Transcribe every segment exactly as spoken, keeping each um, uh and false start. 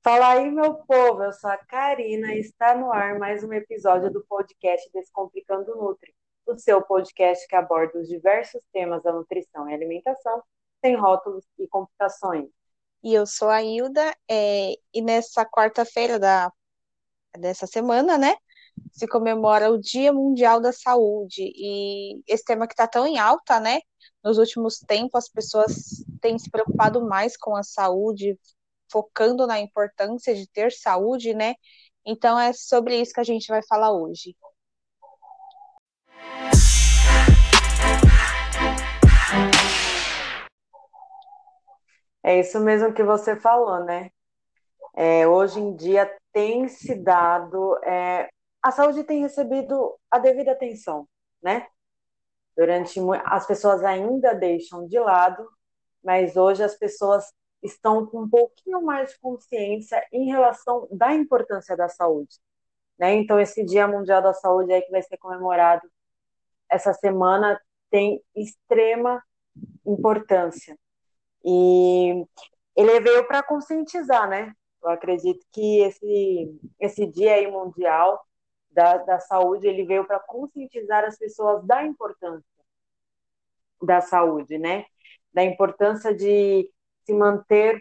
Fala aí, meu povo, eu sou a Karina e está no ar mais um episódio do podcast Descomplicando o Nutri, o seu podcast que aborda os diversos temas da nutrição e alimentação, sem rótulos e complicações. E eu sou a Hilda, é, e nessa quarta-feira da, dessa semana, né, se comemora o Dia Mundial da Saúde. E esse tema que está tão em alta, né, nos últimos tempos as pessoas têm se preocupado mais com a saúde, focando na importância de ter saúde, né? Então é sobre isso que a gente vai falar hoje. É isso mesmo que você falou, né? É, hoje em dia tem se dado, é, a saúde tem recebido a devida atenção, né? Durante mu- as pessoas ainda deixam de lado, mas hoje as pessoas estão com um pouquinho mais de consciência em relação da importância da saúde, né? Então esse Dia Mundial da Saúde aí que vai ser comemorado essa semana tem extrema importância e ele veio para conscientizar, né? Eu acredito que esse esse Dia aí mundial da, da saúde ele veio para conscientizar as pessoas da importância da saúde, né? Da importância de se manter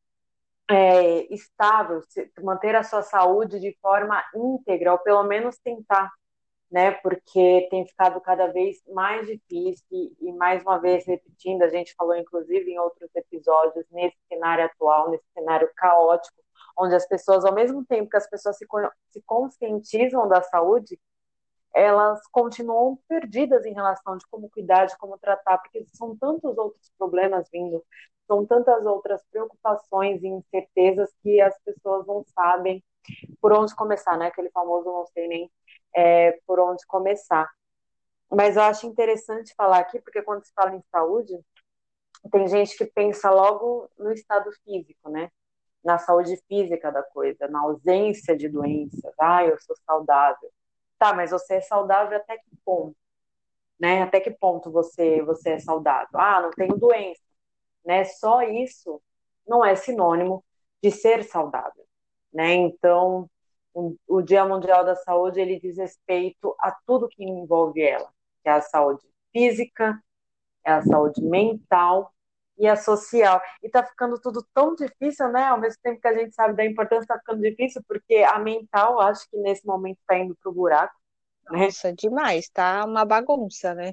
é, estável, se, manter a sua saúde de forma íntegra, ou pelo menos tentar, né? Porque tem ficado cada vez mais difícil e, e mais uma vez repetindo, a gente falou inclusive em outros episódios, nesse cenário atual, nesse cenário caótico, onde as pessoas, ao mesmo tempo que as pessoas se, se conscientizam da saúde, elas continuam perdidas em relação de como cuidar, de como tratar, porque são tantos outros problemas vindo, são tantas outras preocupações e incertezas que as pessoas não sabem por onde começar, né? Aquele famoso não sei nem é, por onde começar. Mas eu acho interessante falar aqui, porque quando se fala em saúde, tem gente que pensa logo no estado físico, né? Na saúde física da coisa, na ausência de doenças. Ah, eu sou saudável. Tá, mas você é saudável até que ponto? Né? Até que ponto você você é saudável? Ah, não tenho doença, né? Só isso não é sinônimo de ser saudável, né? Então, o, o Dia Mundial da Saúde ele diz respeito a tudo que envolve ela, que é a saúde física, é a saúde mental e a social. E tá ficando tudo tão difícil, né? Ao mesmo tempo que a gente sabe da importância, tá ficando difícil porque a mental, acho que nesse momento está indo pro buraco, né? Nossa, demais, tá uma bagunça, né?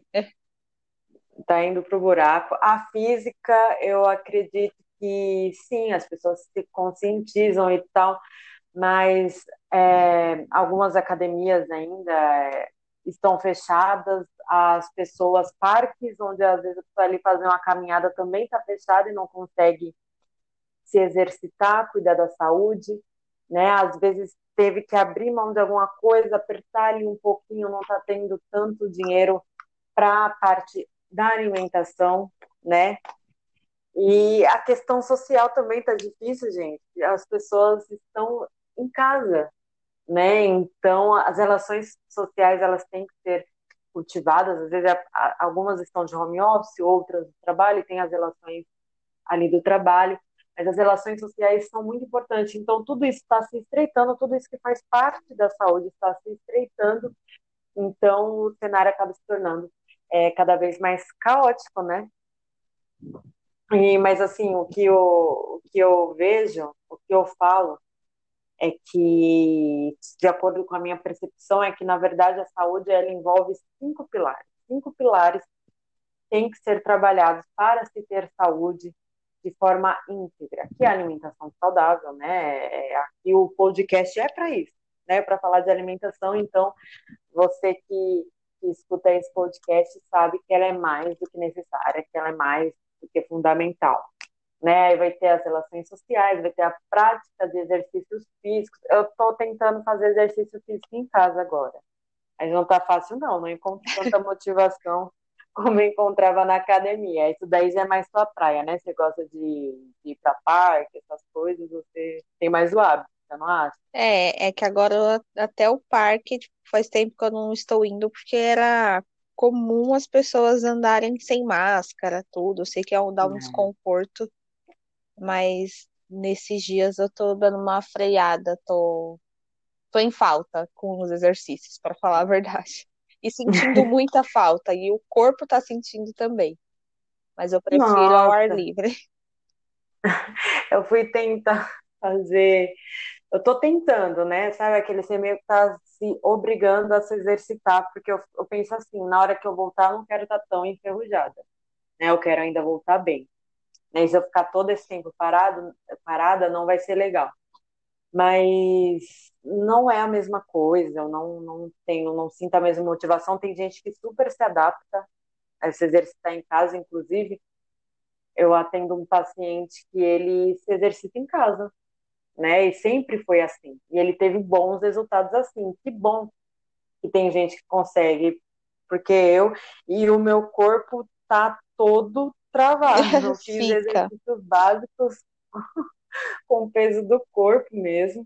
Tá indo pro buraco. A física, eu acredito que sim, as pessoas se conscientizam e tal, mas é, algumas academias ainda é, estão fechadas, as pessoas, parques, onde às vezes a pessoa ali fazer uma caminhada também está fechada e não consegue se exercitar, cuidar da saúde, né? Às vezes teve que abrir mão de alguma coisa, apertar ali um pouquinho, não está tendo tanto dinheiro para a parte da alimentação, né? E a questão social também está difícil, gente. As pessoas estão em casa, né? Então as relações sociais elas têm que ser cultivadas. Às vezes a, a, algumas estão de home office, outras do trabalho, e tem as relações ali do trabalho. Mas as relações sociais são muito importantes. Então tudo isso está se estreitando, tudo isso que faz parte da saúde está se estreitando. Então o cenário acaba se tornando é, cada vez mais caótico, né? E, mas assim, o que eu, o que eu vejo, o que eu falo é que, de acordo com a minha percepção, é que na verdade a saúde ela envolve cinco pilares. Cinco pilares têm que ser trabalhados para se ter saúde de forma íntegra, que é a alimentação saudável, né? É, aqui o podcast é para isso, né? Para falar de alimentação, então você que, que escuta esse podcast sabe que ela é mais do que necessária, que ela é mais do que fundamental, né? Aí vai ter as relações sociais, vai ter a prática de exercícios físicos. Eu estou tentando fazer exercício físico em casa agora, mas não está fácil não, não encontro tanta motivação como eu encontrava na academia. Isso daí já é mais sua praia, né? Você gosta de, de ir para parque, essas coisas, você tem mais o hábito, você não acha? É, é que agora até o parque, tipo, faz tempo que eu não estou indo, porque era comum as pessoas andarem sem máscara, tudo. Eu sei que é um, dá um É, desconforto, mas nesses dias eu tô dando uma freada, tô, tô em falta com os exercícios, para falar a verdade. E sentindo muita falta, e o corpo tá sentindo também. Mas eu prefiro ao ar Nossa, livre. eu fui tentar fazer. Eu tô tentando, né? Sabe, aquele você meio que tá se obrigando a se exercitar, porque eu, eu penso assim, na hora que eu voltar, eu não quero estar tão enferrujada, né? Eu quero ainda voltar bem. Né? E se eu ficar todo esse tempo parado, parada, não vai ser legal. Mas não é a mesma coisa, eu não, não tenho, não sinto a mesma motivação. Tem gente que super se adapta a se exercitar em casa, inclusive. Eu atendo um paciente que ele se exercita em casa, né? E sempre foi assim. E ele teve bons resultados assim. Que bom que tem gente que consegue, porque eu e o meu corpo tá todo travado. Eu fiz Fica. exercícios básicos com o peso do corpo mesmo.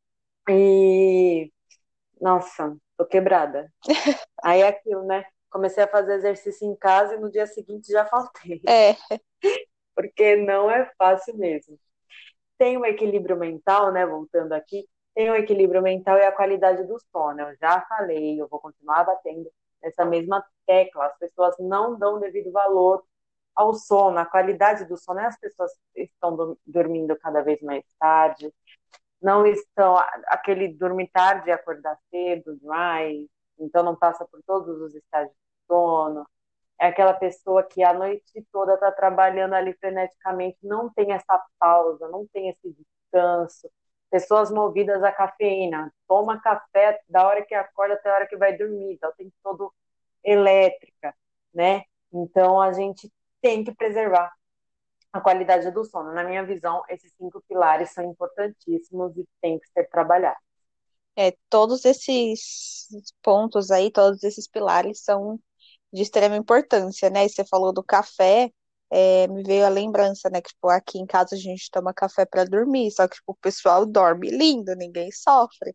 E, nossa, tô quebrada. Aí é aquilo, né? Comecei a fazer exercício em casa e no dia seguinte já faltei, É, porque não é fácil mesmo. Tem o equilíbrio mental, né? Voltando aqui, tem o equilíbrio mental e a qualidade do sono. Eu já falei, eu vou continuar batendo nessa mesma tecla. As pessoas não dão devido valor ao sono, a qualidade do sono. As pessoas estão dormindo cada vez mais tarde, não estão aquele dormir tarde e acordar cedo demais, então não passa por todos os estágios de sono. É aquela pessoa que a noite toda está trabalhando ali freneticamente, não tem essa pausa, não tem esse descanso. Pessoas movidas à cafeína, toma café da hora que acorda até a hora que vai dormir, então tem todo elétrica, né? Então a gente tem que preservar a qualidade do sono. Na minha visão, esses cinco pilares são importantíssimos e têm que ser trabalhados. é, todos esses pontos aí, todos esses pilares são de extrema importância, né? E você falou do café, é, me veio a lembrança, né? Que tipo, aqui em casa a gente toma café para dormir, só que tipo, o pessoal dorme lindo, ninguém sofre.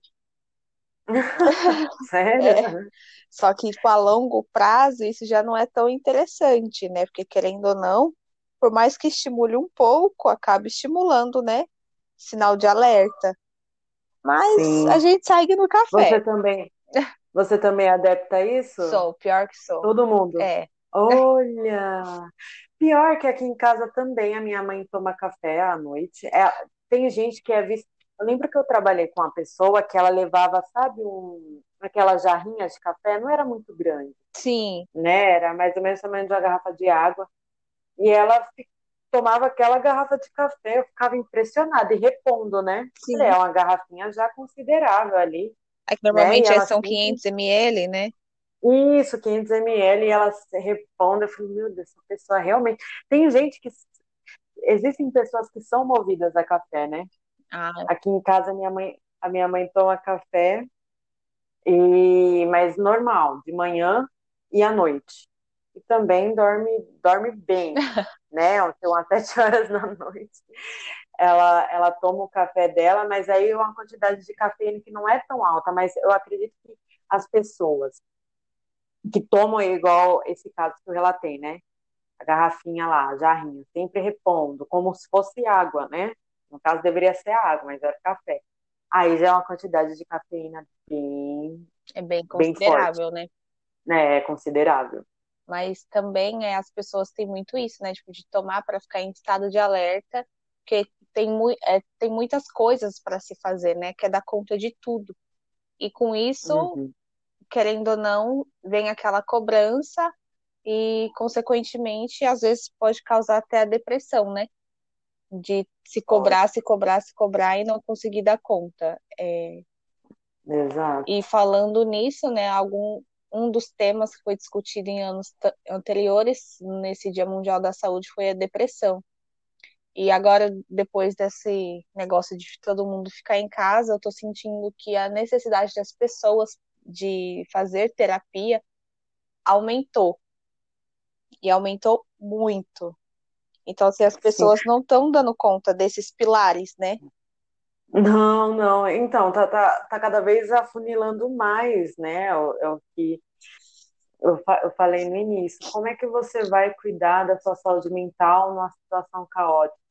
Sério? É, só que tipo, a longo prazo isso já não é tão interessante, né? Porque querendo ou não, por mais que estimule um pouco, acaba estimulando, né? Sinal de alerta. Mas a Sim. gente segue no café. Você também, você também é adepta a isso? Sou, pior que sou. Todo mundo. É. Olha, pior que aqui em casa também a minha mãe toma café à noite. É, tem gente que é vista. Eu lembro que eu trabalhei com uma pessoa que ela levava, sabe, um, aquelas jarrinhas de café, não era muito grande, Sim, né? Era mais ou menos o tamanho de uma garrafa de água. E ela fi- tomava aquela garrafa de café, eu ficava impressionada e repondo, né? Falei, sim. é uma garrafinha já considerável ali, É que né? E normalmente é- ela são sempre, quinhentos mililitros, né? isso, quinhentos mililitros, e ela se repondo. Eu falei, meu Deus, essa pessoa realmente. Tem gente que. Existem pessoas que são movidas a café, né? Ah, Aqui em casa, minha mãe, a minha mãe toma café, e mas normal, de manhã e à noite. E também dorme, dorme bem, né? São às sete horas da noite. ela, ela toma o café dela, mas aí é uma quantidade de cafeína que não é tão alta, mas eu acredito que as pessoas que tomam igual esse caso que eu relatei, né? A garrafinha lá, a jarrinha, sempre repondo, como se fosse água, né? No caso deveria ser água, mas era café. Aí já é uma quantidade de cafeína bem, é bem bem forte, considerável, né? né? É considerável. Mas também é, as pessoas têm muito isso, né? Tipo, de tomar para ficar em estado de alerta, porque tem, mu é, tem muitas coisas para se fazer, né? Que é dar conta de tudo. E com isso, Uhum. querendo ou não, vem aquela cobrança e, consequentemente, às vezes pode causar até a depressão, né? De se Pode. cobrar, se cobrar, se cobrar e não conseguir dar conta. É, Exato. e falando nisso, né, algum um dos temas que foi discutido em anos t- anteriores, nesse Dia Mundial da Saúde, foi a depressão. E agora, depois desse negócio de todo mundo ficar em casa, eu tô sentindo que a necessidade das pessoas de fazer terapia aumentou. E aumentou muito. Então, assim, as Sim. pessoas não estão dando conta desses pilares, né? Não, não. Então, tá, tá, tá cada vez afunilando mais, né? É o, é o que eu, fa- eu falei no início. Como é que você vai cuidar da sua saúde mental numa situação caótica?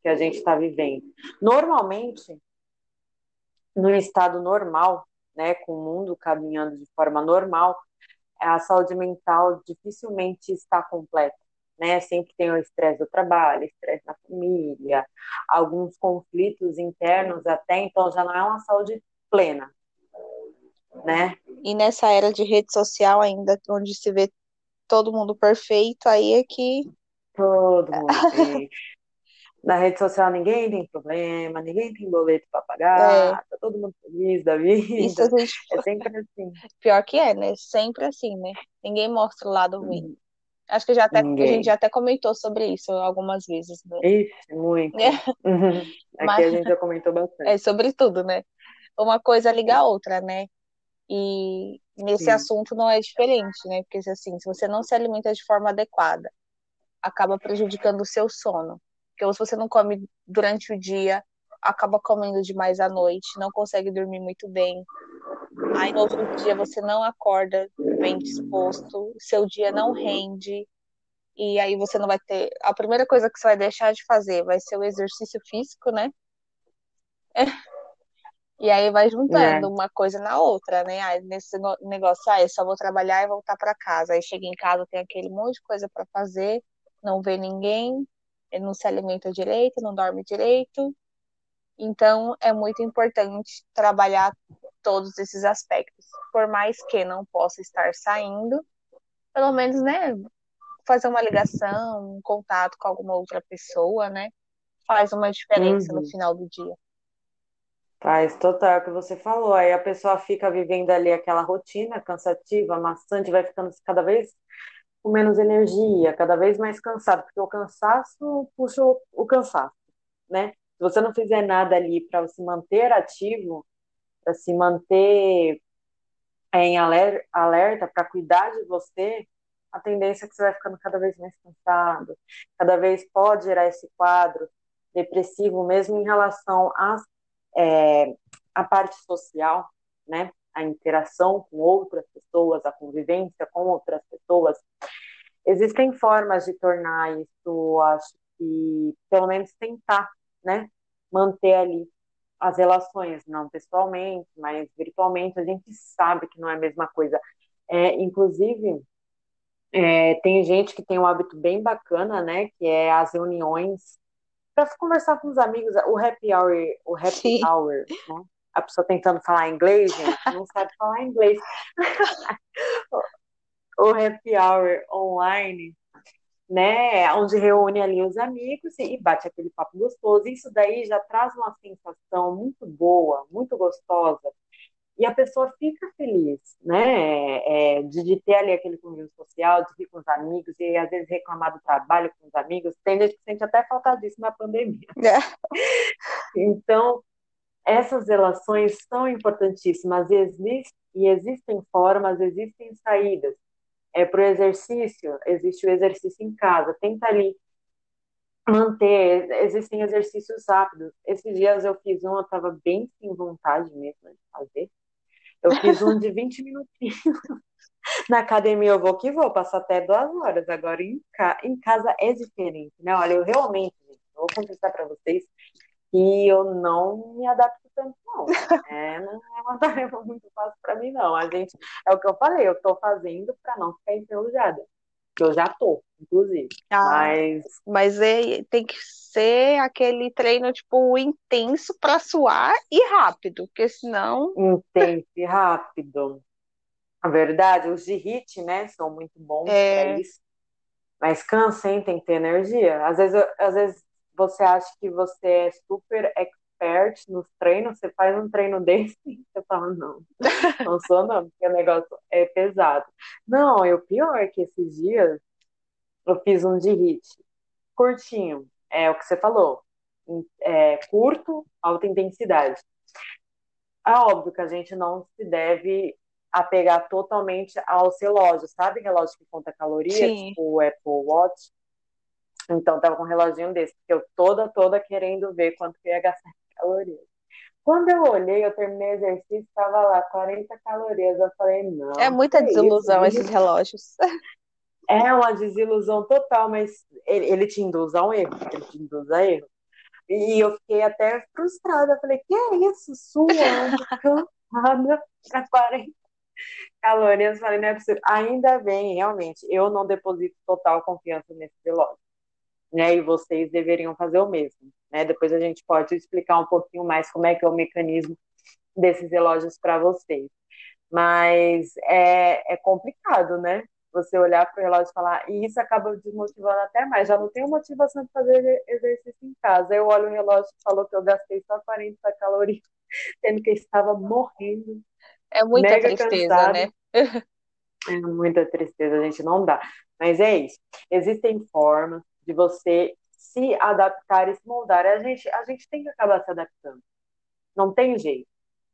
que a gente está vivendo. Normalmente, no estado normal, né, com o mundo caminhando de forma normal, a saúde mental dificilmente está completa, né? Sempre tem o estresse do trabalho, estresse na família, alguns conflitos internos até, então já não é uma saúde plena, né? E nessa era de rede social ainda, onde se vê todo mundo perfeito, aí é que Todo mundo tem. Na rede social ninguém tem problema, ninguém tem boleto para é, pagar, tá todo mundo feliz da isso a vida. gente, É sempre assim. pior que é, né? Sempre assim, né? Ninguém mostra o lado ruim. Acho que já até, a gente já Ninguém. até comentou sobre isso algumas vezes, né? Ixi, muito. Uhum. Aqui Mas a gente já comentou bastante. é sobre tudo, né? Uma coisa liga a outra, né? E nesse Sim. assunto não é diferente, né? Porque assim, se você não se alimenta de forma adequada, acaba prejudicando o seu sono. Porque se você não come durante o dia, acaba comendo demais à noite, não consegue dormir muito bem. Aí no outro dia você não acorda bem disposto, seu dia não rende, e aí você não vai ter. A primeira coisa que você vai deixar de fazer vai ser o exercício físico, né? E aí vai juntando É. uma coisa na outra, né? Aí nesse no- negócio, ah, eu só vou trabalhar e voltar para casa. Aí chega em casa, tem aquele monte de coisa para fazer, não vê ninguém, ele não se alimenta direito, não dorme direito. Então é muito importante trabalhar todos esses aspectos. Por mais que não possa estar saindo, pelo menos, né, fazer uma ligação, um contato com alguma outra pessoa, né? Faz uma diferença no Uhum. final do dia. Faz total é o que você falou. Aí a pessoa fica vivendo ali aquela rotina cansativa, maçante, vai ficando cada vez com menos energia, cada vez mais cansado, porque o cansaço puxa o, o cansaço, né? Se você não fizer nada ali para se manter ativo, para se manter é, em aler- alerta, para cuidar de você, a tendência é que você vai ficando cada vez mais cansado, cada vez pode gerar esse quadro depressivo, mesmo em relação às, é, à parte social, né? A interação com outras pessoas, a convivência com outras pessoas. Existem formas de tornar isso, acho que, pelo menos tentar, né? Manter ali as relações, não pessoalmente, mas virtualmente, a gente sabe que não é a mesma coisa. É, inclusive, é, tem gente que tem um hábito bem bacana, né? Que é as reuniões para conversar com os amigos, o happy hour, o happy Sim. hour, né? A pessoa tentando falar inglês, gente, não sabe falar inglês. O happy hour online, né? Onde reúne ali os amigos e bate aquele papo gostoso. Isso daí já traz uma sensação muito boa, muito gostosa. E a pessoa fica feliz, né? É, de, de ter ali aquele convívio social, de ir com os amigos e às vezes reclamar do trabalho com os amigos. Tem gente que sente até falta disso na pandemia. Então, essas relações são importantíssimas e, exist, e existem formas, existem saídas. É, para o exercício, existe o exercício em casa. Tenta ali manter, existem exercícios rápidos. Esses dias eu fiz um, eu estava bem sem vontade mesmo de fazer. Eu fiz um de vinte minutinhos. Na academia eu vou que vou, passo até duas horas. Agora em, ca... em casa é diferente, né? Olha, eu realmente, gente, eu vou confessar para vocês que eu não me adapto tanto, não. É, não é uma tarefa muito fácil para mim, não. A gente, é o que eu falei, eu estou fazendo para não ficar enferrujada. Que eu já tô, inclusive. Ah, Mas mas é, tem que ser aquele treino, tipo, intenso para suar e rápido, porque senão. intenso e rápido. Na verdade, os de hit, né, são muito bons para É, isso. Mas cansa, hein? Tem que ter energia. Às vezes, eu- às vezes você acha que você é super expert nos treinos, você faz um treino desse e você fala, não, não sou não, porque o negócio é pesado. Não, e o pior é que esses dias eu fiz um de hit, curtinho, é o que você falou, é, curto, alta intensidade. É óbvio que a gente não se deve apegar totalmente aos relógios, sabe? Relógio que conta caloria, sim. tipo o Apple Watch. Então, tava com um reloginho desse, porque eu toda, toda querendo ver quanto que eu ia gastar de calorias. Quando eu olhei, eu terminei o exercício, estava lá quarenta calorias. Eu falei, É não, que muita é isso? desilusão esses relógios. É uma desilusão total, mas ele, ele te induz a um erro, ele te induz a erro. E eu fiquei até frustrada. Falei, que é isso? Suando, cansada, para quarenta calorias. Eu falei, não é possível. Ainda bem, realmente, eu não deposito total confiança nesse relógio, né? E vocês deveriam fazer o mesmo, né? Depois a gente pode explicar um pouquinho mais como é que é o mecanismo desses relógios para vocês. Mas é, é complicado, né? Você olhar para o relógio e falar, e isso acaba desmotivando até mais. Já não tenho motivação de fazer exercício em casa. Eu olho o relógio e falou que eu gastei só quarenta calorias, sendo que eu estava morrendo, É muita mega tristeza, cansada. né? É muita tristeza, a gente não dá. Mas é isso. Existem formas de você se adaptar e se moldar. A gente, a gente tem que acabar se adaptando. Não tem jeito.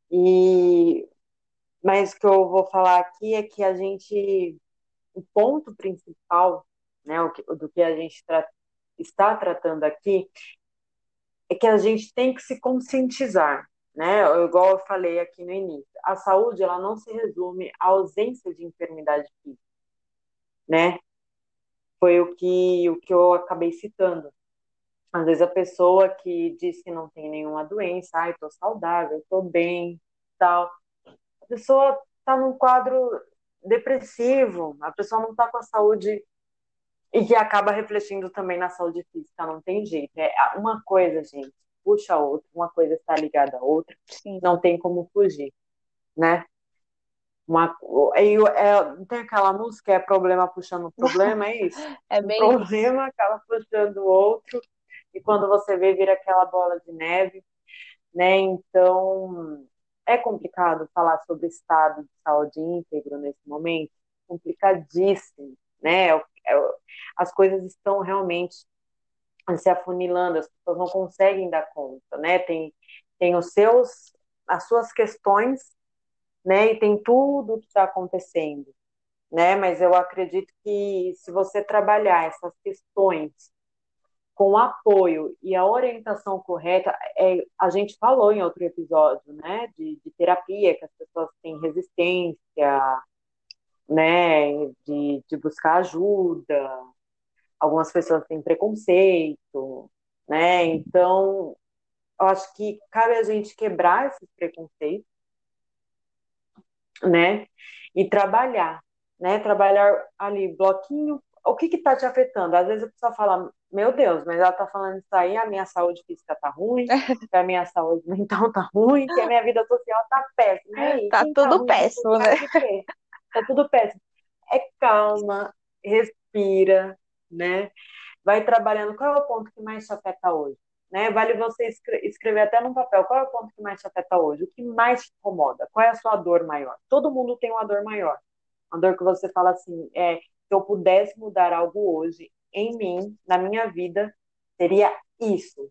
E mas o que eu vou falar aqui é que a gente, o ponto principal, né, o que, do que a gente tra está tratando aqui, é que a gente tem que se conscientizar, né? Igual eu falei aqui no início, a saúde ela não se resume à ausência de enfermidade física, né? Foi o que o que eu acabei citando. Às vezes a pessoa que diz que não tem nenhuma doença, ai, tô saudável, tô bem, tal. A pessoa está num quadro depressivo, a pessoa não está com a saúde e que acaba refletindo também na saúde física, não tem jeito. É uma coisa, gente, puxa a outra, uma coisa está ligada à outra, Sim. não tem como fugir, né? Uma, é, é, tem aquela música, é problema puxando problema, é isso. É Um bem isso. problema acaba puxando o outro, e quando você vê, vira aquela bola de neve, né? Então, é complicado falar sobre estado de saúde íntegro nesse momento, complicadíssimo, né? É, é, as coisas estão realmente se afunilando, as pessoas não conseguem dar conta, né? Tem, tem os seus, as suas questões, né? E tem tudo que está acontecendo, né? Mas eu acredito que se você trabalhar essas questões com o apoio e a orientação correta, é, a gente falou em outro episódio, né, de, de terapia, que as pessoas têm resistência, né, de, de buscar ajuda, algumas pessoas têm preconceito, né, então eu acho que cabe a gente quebrar esses preconceitos, né, e trabalhar, né, trabalhar ali, bloquinho, o que que tá te afetando? Às vezes a pessoa fala, meu Deus, mas ela tá falando isso aí, a minha saúde física tá ruim, que a minha saúde mental tá ruim, que a minha vida social tá péssima. E aí, Tá quem tá tudo ruim tá por péssimo, né? causa de quê? Tá tudo péssimo. É calma, respira, né? Vai trabalhando. Qual é o ponto que mais te afeta hoje? Né? Vale você escrever até num papel qual é o ponto que mais te afeta hoje, o que mais te incomoda, qual é a sua dor maior. Todo mundo tem uma dor maior. Uma dor que você fala assim, é, se eu pudesse mudar algo hoje em mim, na minha vida, seria isso.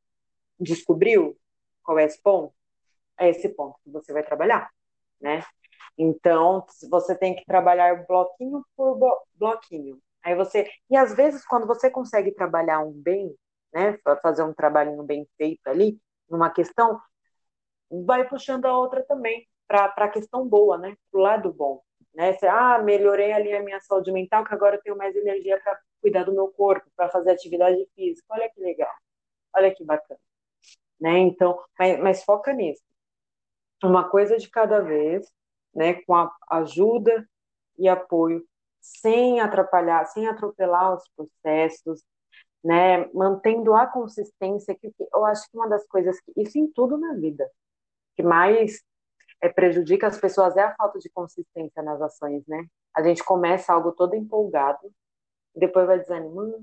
Descobriu qual é esse ponto? É esse ponto que você vai trabalhar, né? Então, você tem que trabalhar bloquinho por bloquinho. Aí você, e às vezes quando você consegue trabalhar um bem, né, fazer um trabalhinho bem feito ali, numa questão, vai puxando a outra também para a questão boa, né, pro lado bom, né? Você, ah, melhorei ali a minha saúde mental, que agora eu tenho mais energia para cuidar do meu corpo, para fazer atividade física. Olha que legal. Olha que bacana, né? Então, mas, mas foca nisso. Uma coisa de cada vez, né, com a ajuda e apoio, sem atrapalhar, sem atropelar os processos, né, mantendo a consistência, que eu acho que uma das coisas, que, isso em tudo na vida, que mais é, prejudica as pessoas é a falta de consistência nas ações, né? A gente começa algo todo empolgado, e depois vai desanimando,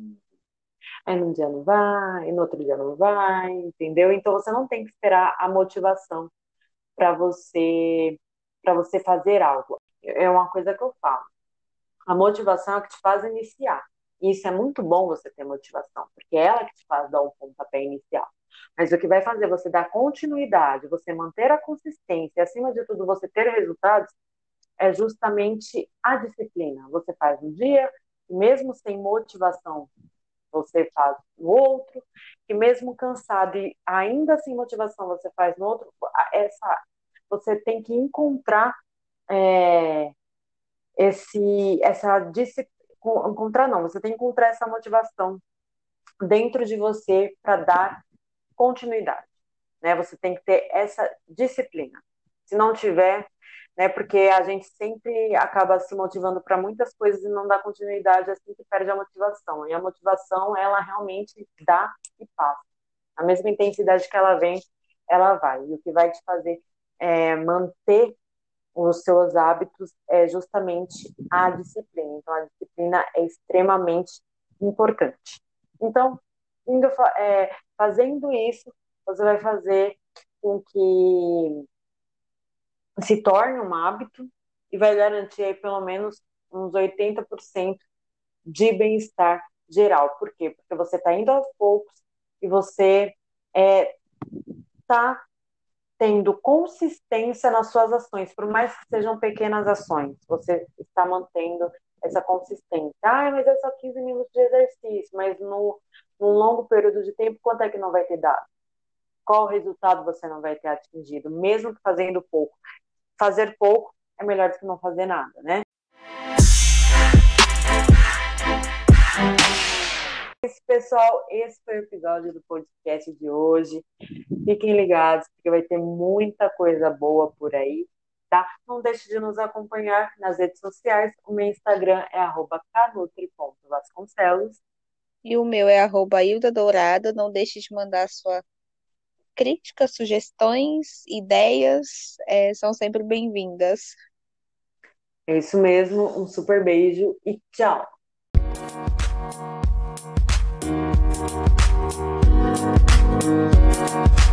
aí num dia não vai, e no outro dia não vai, entendeu? Então você não tem que esperar a motivação para você para você fazer algo. É uma coisa que eu falo. A motivação é o que te faz iniciar. E isso é muito bom você ter motivação, porque é ela que te faz dar um pontapé inicial. Mas o que vai fazer você dar continuidade, você manter a consistência e, acima de tudo, você ter resultados, é justamente a disciplina. Você faz um dia, e mesmo sem motivação, você faz no outro, e mesmo cansado e ainda sem motivação, você faz no outro. Essa, você tem que encontrar é, esse, essa disciplina, encontrar não, você tem que encontrar essa motivação dentro de você para dar continuidade, né? Você tem que ter essa disciplina. Se não tiver, né? Porque a gente sempre acaba se motivando para muitas coisas e não dá continuidade, assim que perde a motivação. E a motivação, ela realmente dá e passa. A mesma intensidade que ela vem, ela vai. E o que vai te fazer é, manter os seus hábitos é justamente a disciplina. Então, a disciplina é extremamente importante. Então, indo, é, fazendo isso, você vai fazer com que se torne um hábito e vai garantir aí pelo menos uns oitenta por cento de bem-estar geral. Por quê? Porque você está indo aos poucos e você está é, tendo consistência nas suas ações, por mais que sejam pequenas ações, você está mantendo essa consistência. Ah, mas é só quinze minutos de exercício, mas no, num longo período de tempo, quanto é que não vai ter dado? Qual resultado você não vai ter atingido, mesmo que fazendo pouco? Fazer pouco é melhor do que não fazer nada, né? Esse, pessoal, esse foi o episódio do podcast de hoje. Fiquem ligados, porque vai ter muita coisa boa por aí, tá? Não deixe de nos acompanhar nas redes sociais. O meu Instagram é arroba canutri ponto vasconcelos. E o meu é arroba Hilda Dourado. Não deixe de mandar sua críticas, sugestões, ideias, é, são sempre bem-vindas. É isso mesmo, um super beijo e tchau! Thank you.